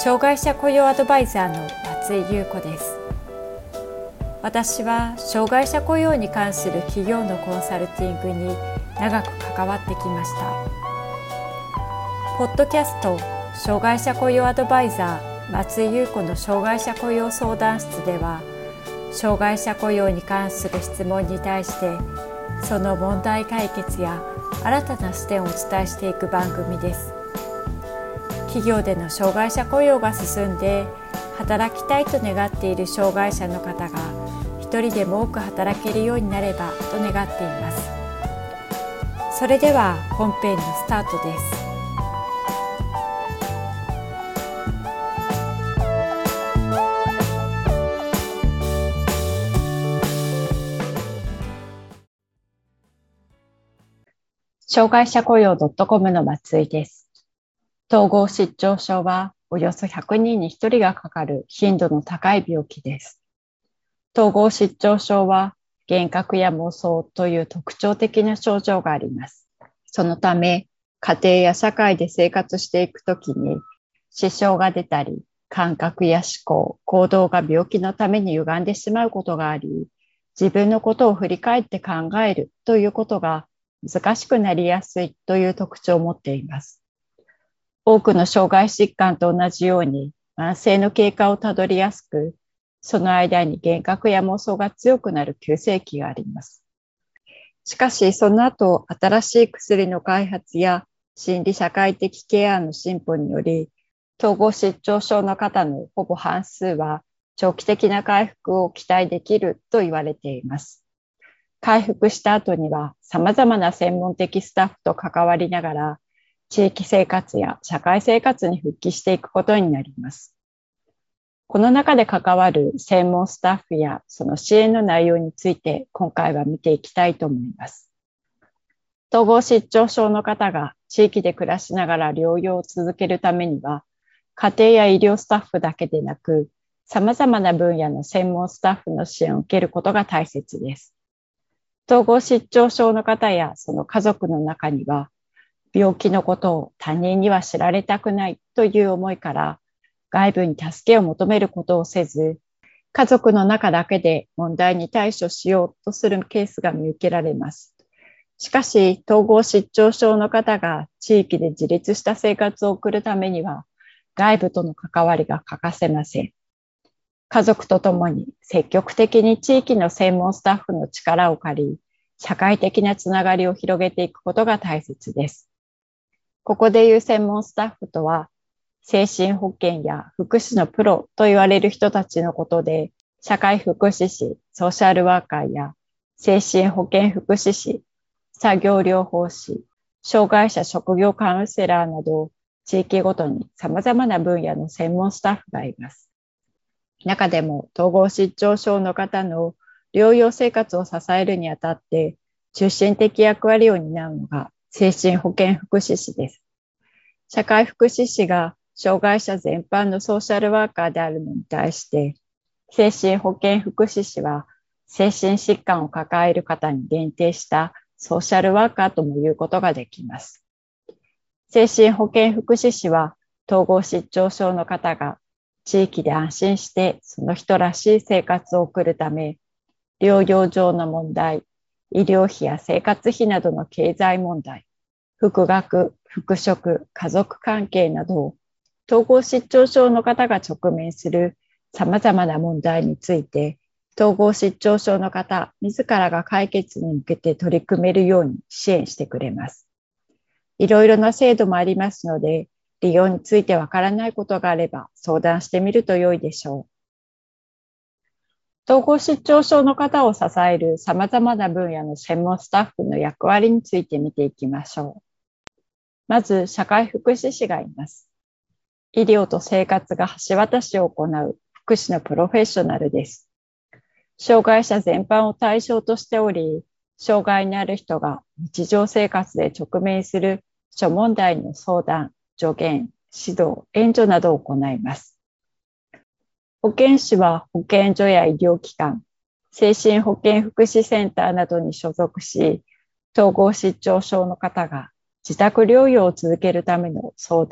障害者雇用アドバイザーの松井優子です。私は障害者雇用に関する企業のコンサルティングに長く関わってきました。ポッドキャスト障害者雇用アドバイザー松井優子の障害者雇用相談室では、障害者雇用に関する質問に対してその問題解決や新たな視点をお伝えしていく番組です。企業での障害者雇用が進んで働きたいと願っている障害者の方が一人でも多く働けるようになればと願っています。それでは本編のスタートです。障害者雇用 .com の松井です。統合失調症はおよそ100人に1人がかかる頻度の高い病気です。統合失調症は幻覚や妄想という特徴的な症状があります。そのため、家庭や社会で生活していくときに支障が出たり、感覚や思考、行動が病気のために歪んでしまうことがあり、自分のことを振り返って考えるということが難しくなりやすいという特徴を持っています。多くの障害疾患と同じように慢性の経過をたどりやすく、その間に幻覚や妄想が強くなる急性期があります。しかしその後、新しい薬の開発や心理社会的ケアの進歩により、統合失調症の方のほぼ半数は長期的な回復を期待できると言われています。回復した後には様々な専門的スタッフと関わりながら、地域生活や社会生活に復帰していくことになります。この中で関わる専門スタッフやその支援の内容について今回は見ていきたいと思います。統合失調症の方が地域で暮らしながら療養を続けるためには、家庭や医療スタッフだけでなく、様々な分野の専門スタッフの支援を受けることが大切です。統合失調症の方やその家族の中には、病気のことを他人には知られたくないという思いから外部に助けを求めることをせず、家族の中だけで問題に対処しようとするケースが見受けられます。しかし、統合失調症の方が地域で自立した生活を送るためには、外部との関わりが欠かせません。家族と共に積極的に地域の専門スタッフの力を借り、社会的なつながりを広げていくことが大切です。ここでいう専門スタッフとは、精神保健や福祉のプロと言われる人たちのことで、社会福祉士、ソーシャルワーカーや精神保健福祉士、作業療法士、障害者職業カウンセラーなど、地域ごとに様々な分野の専門スタッフがいます。中でも統合失調症の方の療養生活を支えるにあたって中心的役割を担うのが精神保健福祉士です。社会福祉士が障害者全般のソーシャルワーカーであるのに対して、精神保健福祉士は精神疾患を抱える方に限定したソーシャルワーカーとも言うことができます。精神保健福祉士は統合失調症の方が地域で安心してその人らしい生活を送るため、療養上の問題、医療費や生活費などの経済問題、復学、復職、家族関係など、統合失調症の方が直面する様々な問題について、統合失調症の方自らが解決に向けて取り組めるように支援してくれます。いろいろな制度もありますので、利用についてわからないことがあれば相談してみると良いでしょう。統合失調症の方を支える様々な分野の専門スタッフの役割について見ていきましょう。まず、社会福祉士がいます。医療と生活が橋渡しを行う福祉のプロフェッショナルです。障害者全般を対象としており、障害のある人が日常生活で直面する諸問題の相談、助言、指導、援助などを行います。保健師は保健所や医療機関、精神保健福祉センターなどに所属し、統合失調症の方が自宅療養を続けるための相談、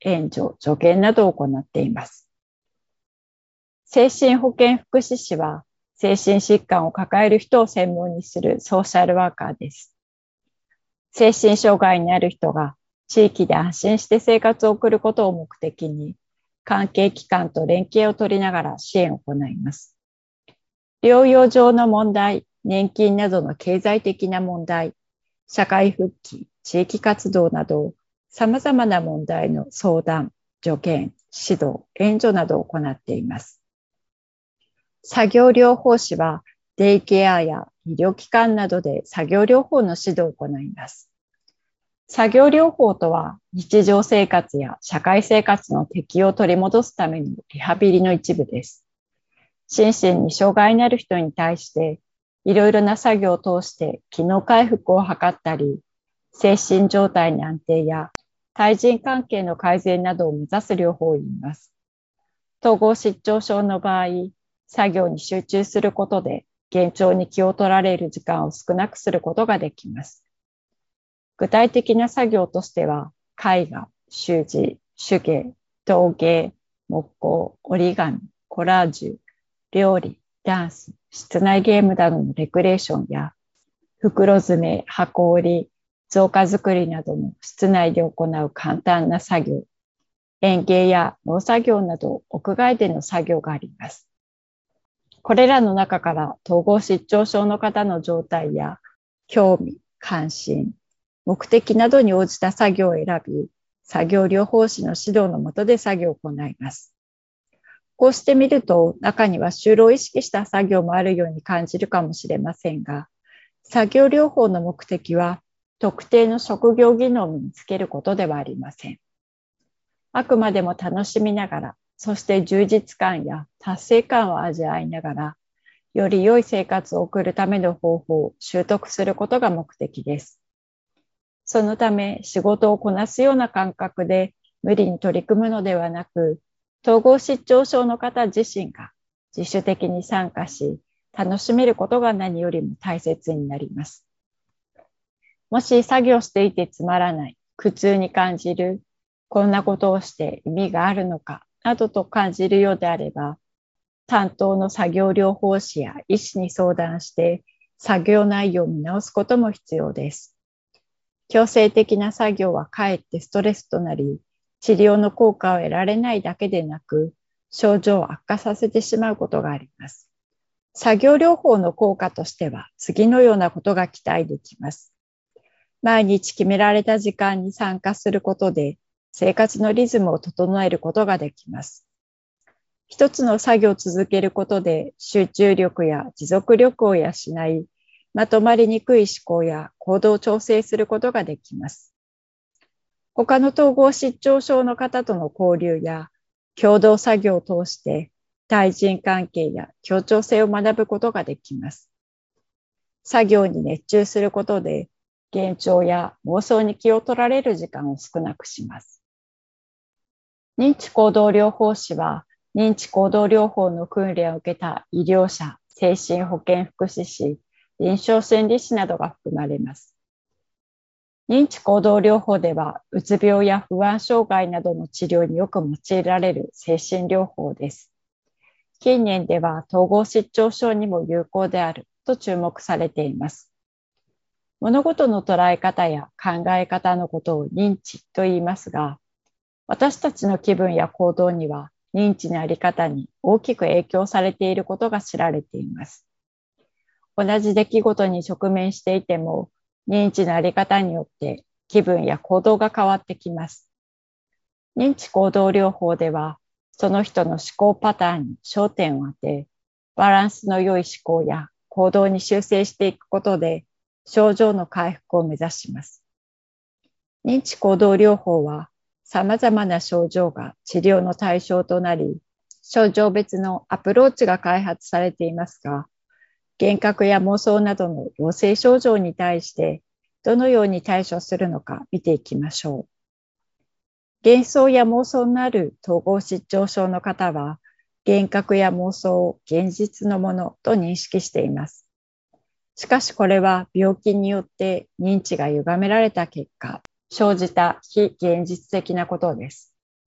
援助、助言などを行っています。精神保健福祉士は、精神疾患を抱える人を専門にするソーシャルワーカーです。精神障害にある人が地域で安心して生活を送ることを目的に、関係機関と連携を取りながら支援を行います。療養上の問題、年金などの経済的な問題、社会復帰、地域活動など、様々な問題の相談、助言、指導、援助などを行っています。作業療法士は、デイケアや医療機関などで作業療法の指導を行います。作業療法とは、日常生活や社会生活の適応を取り戻すためのリハビリの一部です。心身に障害のある人に対して、いろいろな作業を通して機能回復を図ったり、精神状態の安定や対人関係の改善などを目指す療法を言います。統合失調症の場合、作業に集中することで幻聴に気を取られる時間を少なくすることができます。具体的な作業としては、絵画、習字、手芸、陶芸、木工、折り紙、コラージュ、料理、ダンス、室内ゲームなどのレクレーションや、袋詰め、箱織り、造花作りなどの室内で行う簡単な作業、園芸や農作業など屋外での作業があります。これらの中から統合失調症の方の状態や興味、関心、目的などに応じた作業を選び、作業療法士の指導の下で作業を行います。こうしてみると、中には就労を意識した作業もあるように感じるかもしれませんが、作業療法の目的は、特定の職業技能を身につけることではありません。あくまでも楽しみながら、そして充実感や達成感を味わいながら、より良い生活を送るための方法を習得することが目的です。そのため、仕事をこなすような感覚で無理に取り組むのではなく、統合失調症の方自身が自主的に参加し、楽しめることが何よりも大切になります。もし作業していてつまらない、苦痛に感じる、こんなことをして意味があるのか、などと感じるようであれば、担当の作業療法士や医師に相談して作業内容を見直すことも必要です。強制的な作業はかえってストレスとなり、治療の効果を得られないだけでなく、症状を悪化させてしまうことがあります。作業療法の効果としては、次のようなことが期待できます。毎日決められた時間に参加することで、生活のリズムを整えることができます。一つの作業を続けることで集中力や持続力を養い、まとまりにくい思考や行動を調整することができます。他の統合失調症の方との交流や共同作業を通して対人関係や協調性を学ぶことができます。作業に熱中することで幻聴や妄想に気を取られる時間を少なくします。認知行動療法士は認知行動療法の訓練を受けた医療者、精神保健福祉士、臨床心理士などが含まれます。認知行動療法では、うつ病や不安障害などの治療によく用いられる精神療法です。近年では統合失調症にも有効であると注目されています。物事の捉え方や考え方のことを認知と言いますが、私たちの気分や行動には認知のあり方に大きく影響されていることが知られています。同じ出来事に直面していても、認知のあり方によって気分や行動が変わってきます。認知行動療法では、その人の思考パターンに焦点を当て、バランスの良い思考や行動に修正していくことで、症状の回復を目指します。認知行動療法は、様々な症状が治療の対象となり、症状別のアプローチが開発されていますが、幻覚や妄想などの陽性症状に対してどのように対処するのか見ていきましょう。幻想や妄想のある統合失調症の方は、幻覚や妄想を現実のものと認識しています。しかしこれは病気によって認知が歪められた結果、生じた非現実的なことです。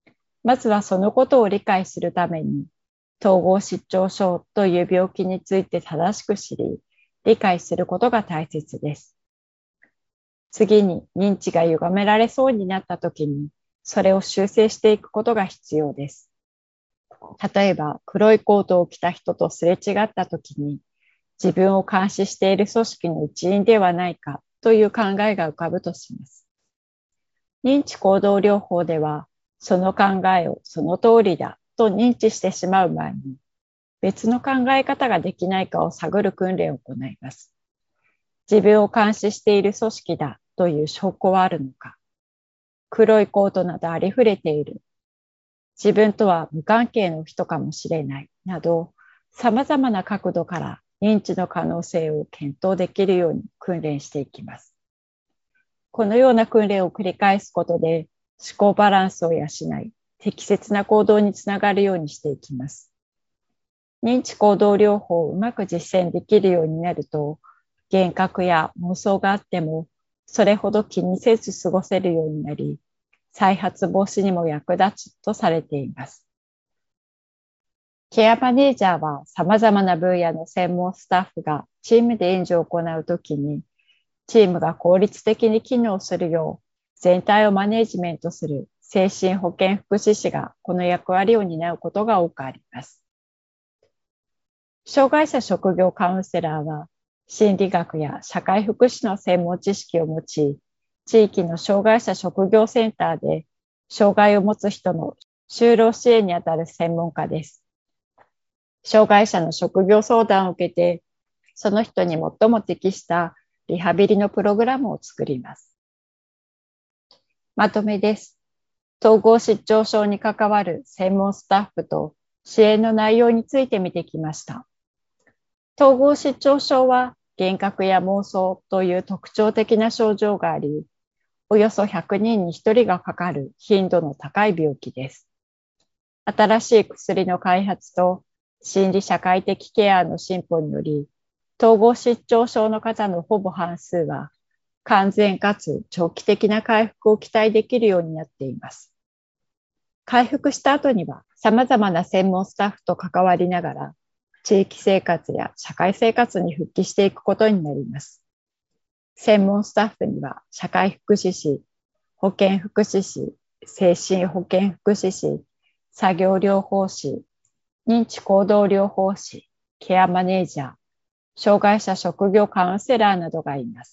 まずはそのことを理解するために、統合失調症という病気について正しく知り、理解することが大切です。次に認知が歪められそうになったときに、それを修正していくことが必要です。例えば、黒いコートを着た人とすれ違ったときに、自分を監視している組織の一員ではないかという考えが浮かぶとします。認知行動療法では、その考えをその通りだと認知してしまう前に、別の考え方ができないかを探る訓練を行います。自分を監視している組織だという証拠はあるのか、黒いコートなどありふれている、自分とは無関係の人かもしれないなど、様々な角度から認知の可能性を検討できるように訓練していきます。このような訓練を繰り返すことで、思考バランスを養い、適切な行動につながるようにしていきます。認知行動療法をうまく実践できるようになると、幻覚や妄想があっても、それほど気にせず過ごせるようになり、再発防止にも役立つとされています。ケアマネージャーは様々な分野の専門スタッフがチームで援助を行うときに、チームが効率的に機能するよう、全体をマネジメントする精神保健福祉士がこの役割を担うことが多くあります。障害者職業カウンセラーは、心理学や社会福祉の専門知識を持ち、地域の障害者職業センターで障害を持つ人の就労支援にあたる専門家です。障害者の職業相談を受けて、その人に最も適したリハビリのプログラムを作ります。まとめです。統合失調症に関わる専門スタッフと支援の内容について見てきました。統合失調症は幻覚や妄想という特徴的な症状があり、およそ100人に1人がかかる頻度の高い病気です。新しい薬の開発と心理社会的ケアの進歩により、統合失調症の方のほぼ半数は完全かつ長期的な回復を期待できるようになっています。回復した後には様々な専門スタッフと関わりながら、地域生活や社会生活に復帰していくことになります。専門スタッフには社会福祉士、保健福祉士、精神保健福祉士、作業療法士、認知行動療法士、ケアマネージャー、障害者職業カウンセラーなどがいます。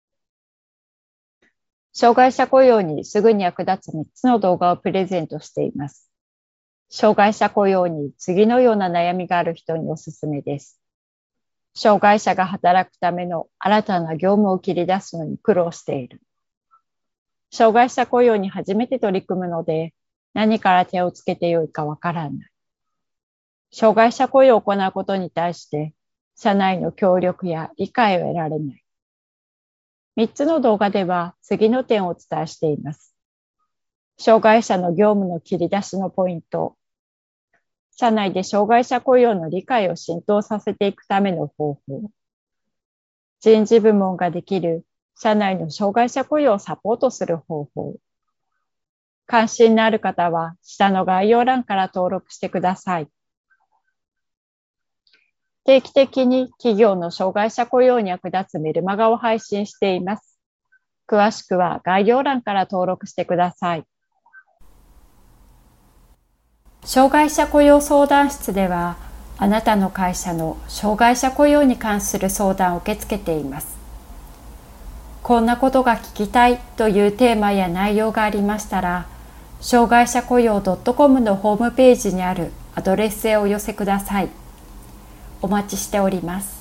障害者雇用にすぐに役立つ3つの動画をプレゼントしています。障害者雇用に次のような悩みがある人におすすめです。障害者が働くための新たな業務を切り出すのに苦労している。障害者雇用に初めて取り組むので、何から手をつけてよいかわからない。障害者雇用を行うことに対して、社内の協力や理解を得られない。3つの動画では次の点をお伝えしています。障害者の業務の切り出しのポイント。社内で障害者雇用の理解を浸透させていくための方法。人事部門ができる社内の障害者雇用をサポートする方法。関心のある方は下の概要欄から登録してください。定期的に企業の障害者雇用に役立つメルマガを配信しています。詳しくは概要欄から登録してください。障害者雇用相談室では、あなたの会社の障害者雇用に関する相談を受け付けています。こんなことが聞きたいというテーマや内容がありましたら、障害者雇用 .com のホームページにあるアドレスへお寄せください。お待ちしております。